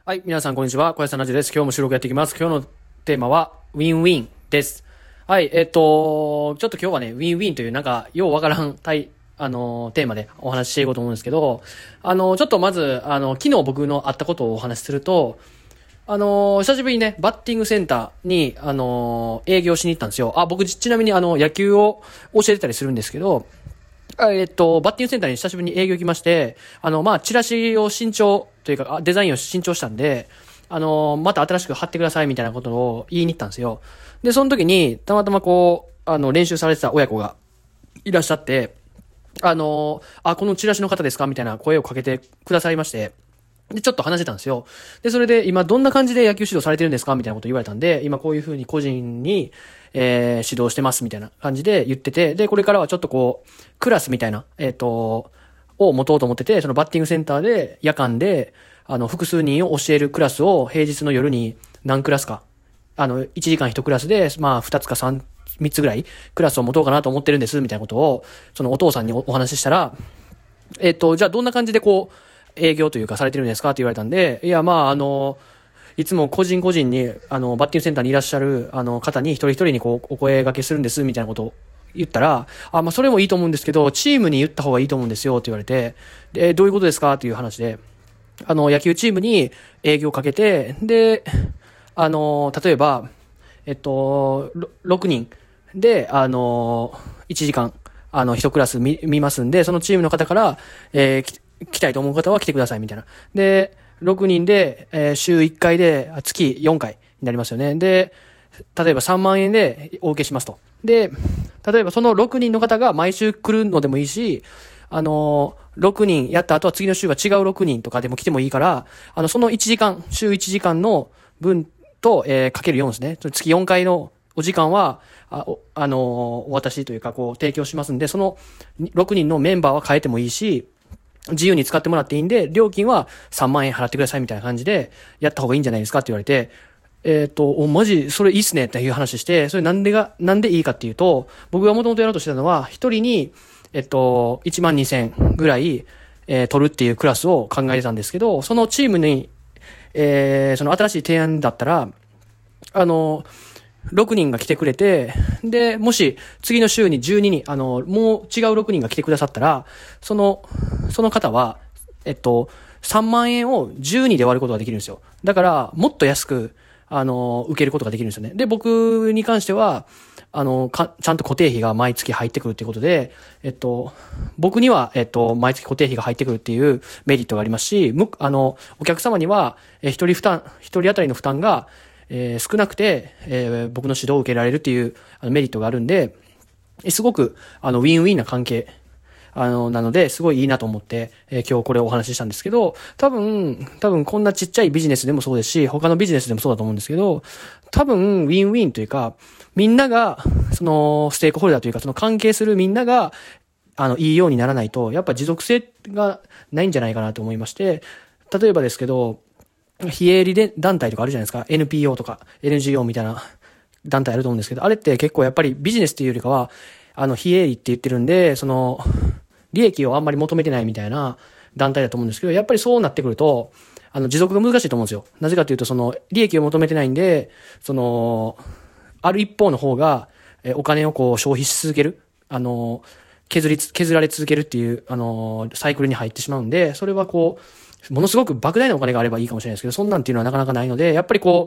はい、皆さんこんにちは。小林さんラジオです。今日も収録やっていきます。今日のテーマは、ウィンウィンです。はい、ちょっと今日はね、ウィンウィンというようわからんテーマでお話ししていこうと思うんですけど、ちょっとまず、昨日僕の会ったことをお話しすると、久しぶりにね、バッティングセンターに、営業しに行ったんですよ。僕ちなみに野球を教えてたりするんですけど、バッティングセンターに久しぶりに営業行きまして、チラシを新調というか、デザインを新調したんで、また新しく貼ってくださいみたいなことを言いに行ったんですよ。で、その時に、たまたま練習されてた親子がいらっしゃって、このチラシの方ですかみたいな声をかけてくださいまして、で、ちょっと話してたんですよ。で、それで、今どんな感じで野球指導されてるんですかみたいなこと言われたんで、今こういう風に個人に、指導してますみたいな感じで言ってて、で、これからはちょっとクラスみたいな、を持とうと思ってて、そのバッティングセンターで、夜間で、複数人を教えるクラスを平日の夜に何クラスか、1時間1クラスで、2つか3つぐらいクラスを持とうかなと思ってるんです、みたいなことを、そのお父さんにお話ししたら、じゃあどんな感じで営業というかされてるんですかって言われたんで、いや、いつも個人個人に、バッティングセンターにいらっしゃる、方に一人一人にお声掛けするんです、みたいなことを言ったら、それもいいと思うんですけど、チームに言った方がいいと思うんですよ、って言われて、で、どういうことですかっていう話で、野球チームに営業かけて、で、例えば、6人で、1時間、1クラス見ますんで、そのチームの方から、来たいと思う方は来てください、みたいな。で、6人で、週1回で、月4回になりますよね。で、例えば3万円でお受けしますと。で、例えばその6人の方が毎週来るのでもいいし、6人やった後は次の週は違う6人とかでも来てもいいから、その1時間、週1時間の分と、かける4ですね。月4回のお時間は、お渡しというか、提供しますんで、その6人のメンバーは変えてもいいし、自由に使ってもらっていいんで、料金は3万円払ってくださいみたいな感じで、やった方がいいんじゃないですかって言われて、マジ、それいいっすねっていう話して、それなんでいいかっていうと、僕がもともとやろうとしてたのは、一人に、1万2000ぐらい、取るっていうクラスを考えてたんですけど、そのチームに、その新しい提案だったら、6人が来てくれて、で、もし次の週に12人、もう違う6人が来てくださったら、その方は、3万円を12で割ることができるんですよ。だから、もっと安く、受けることができるんですよね。で、僕に関しては、ちゃんと固定費が毎月入ってくるっていうことで、僕には、毎月固定費が入ってくるっていうメリットがありますし、お客様には、一人当たりの負担が、少なくて、僕の指導を受けられるっていうメリットがあるんで、すごく、ウィンウィンな関係、なので、すごいいいなと思って、今日これをお話ししたんですけど、多分こんなちっちゃいビジネスでもそうですし、他のビジネスでもそうだと思うんですけど、多分、ウィンウィンというか、みんなが、その、ステークホルダーというか、その関係するみんなが、いいようにならないと、やっぱ持続性がないんじゃないかなと思いまして、例えばですけど、非営利で団体とかあるじゃないですか。NPO とか NGO みたいな団体あると思うんですけど、あれって結構やっぱりビジネスっていうよりかは、非営利って言ってるんで、その、利益をあんまり求めてないみたいな団体だと思うんですけど、やっぱりそうなってくると、持続が難しいと思うんですよ。なぜかというと、その、利益を求めてないんで、その、ある一方の方が、お金を消費し続ける。削られ続けるっていう、サイクルに入ってしまうんで、それはものすごく莫大なお金があればいいかもしれないですけど、そんなんっていうのはなかなかないので、やっぱりど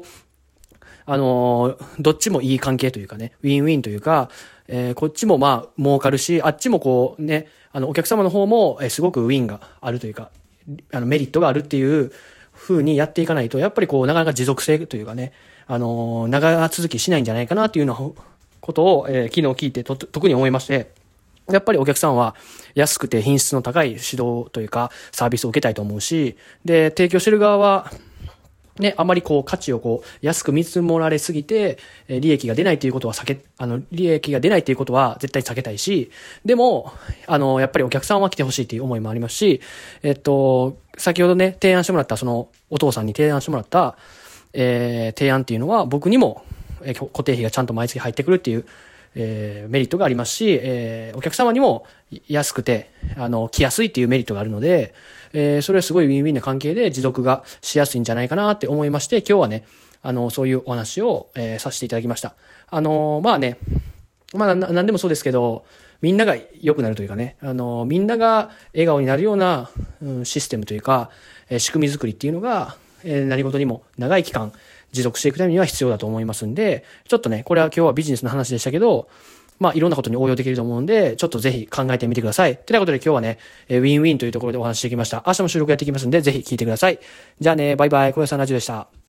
っちもいい関係というかね、ウィンウィンというか、こっちも儲かるし、あっちもお客様の方も、すごくウィンがあるというか、メリットがあるっていう風にやっていかないと、やっぱりなかなか持続性というかね、長続きしないんじゃないかなっていうようなことを、昨日聞いて特に思いまして、やっぱりお客さんは安くて品質の高い指導というかサービスを受けたいと思うし、で、提供してる側は、ね、あまり価値を安く見積もられすぎて、利益が出ないということは利益が出ないということは絶対避けたいし、でも、やっぱりお客さんは来てほしいという思いもありますし、先ほどね、提案してもらった、その、お父さんに提案してもらった、提案っていうのは僕にも、固定費がちゃんと毎月入ってくるっていう、 メリットがありますし、お客様にも安くて、来やすいっていうメリットがあるので、それはすごいウィンウィンな関係で持続がしやすいんじゃないかなって思いまして、今日はね、そういうお話を、させていただきました。まあね、まあなんでもそうですけど、みんなが良くなるというかね、みんなが笑顔になるような、システムというか、仕組み作りっていうのが、何事にも長い期間持続していくためには必要だと思いますんで、ちょっとね、これは今日はビジネスの話でしたけど、まあいろんなことに応用できると思うんで、ちょっとぜひ考えてみてください。ということで今日はね、ウィンウィンというところでお話ししてきました。明日も収録やっていきますんで、ぜひ聞いてください。じゃあね、バイバイ、小林さんラジオでした。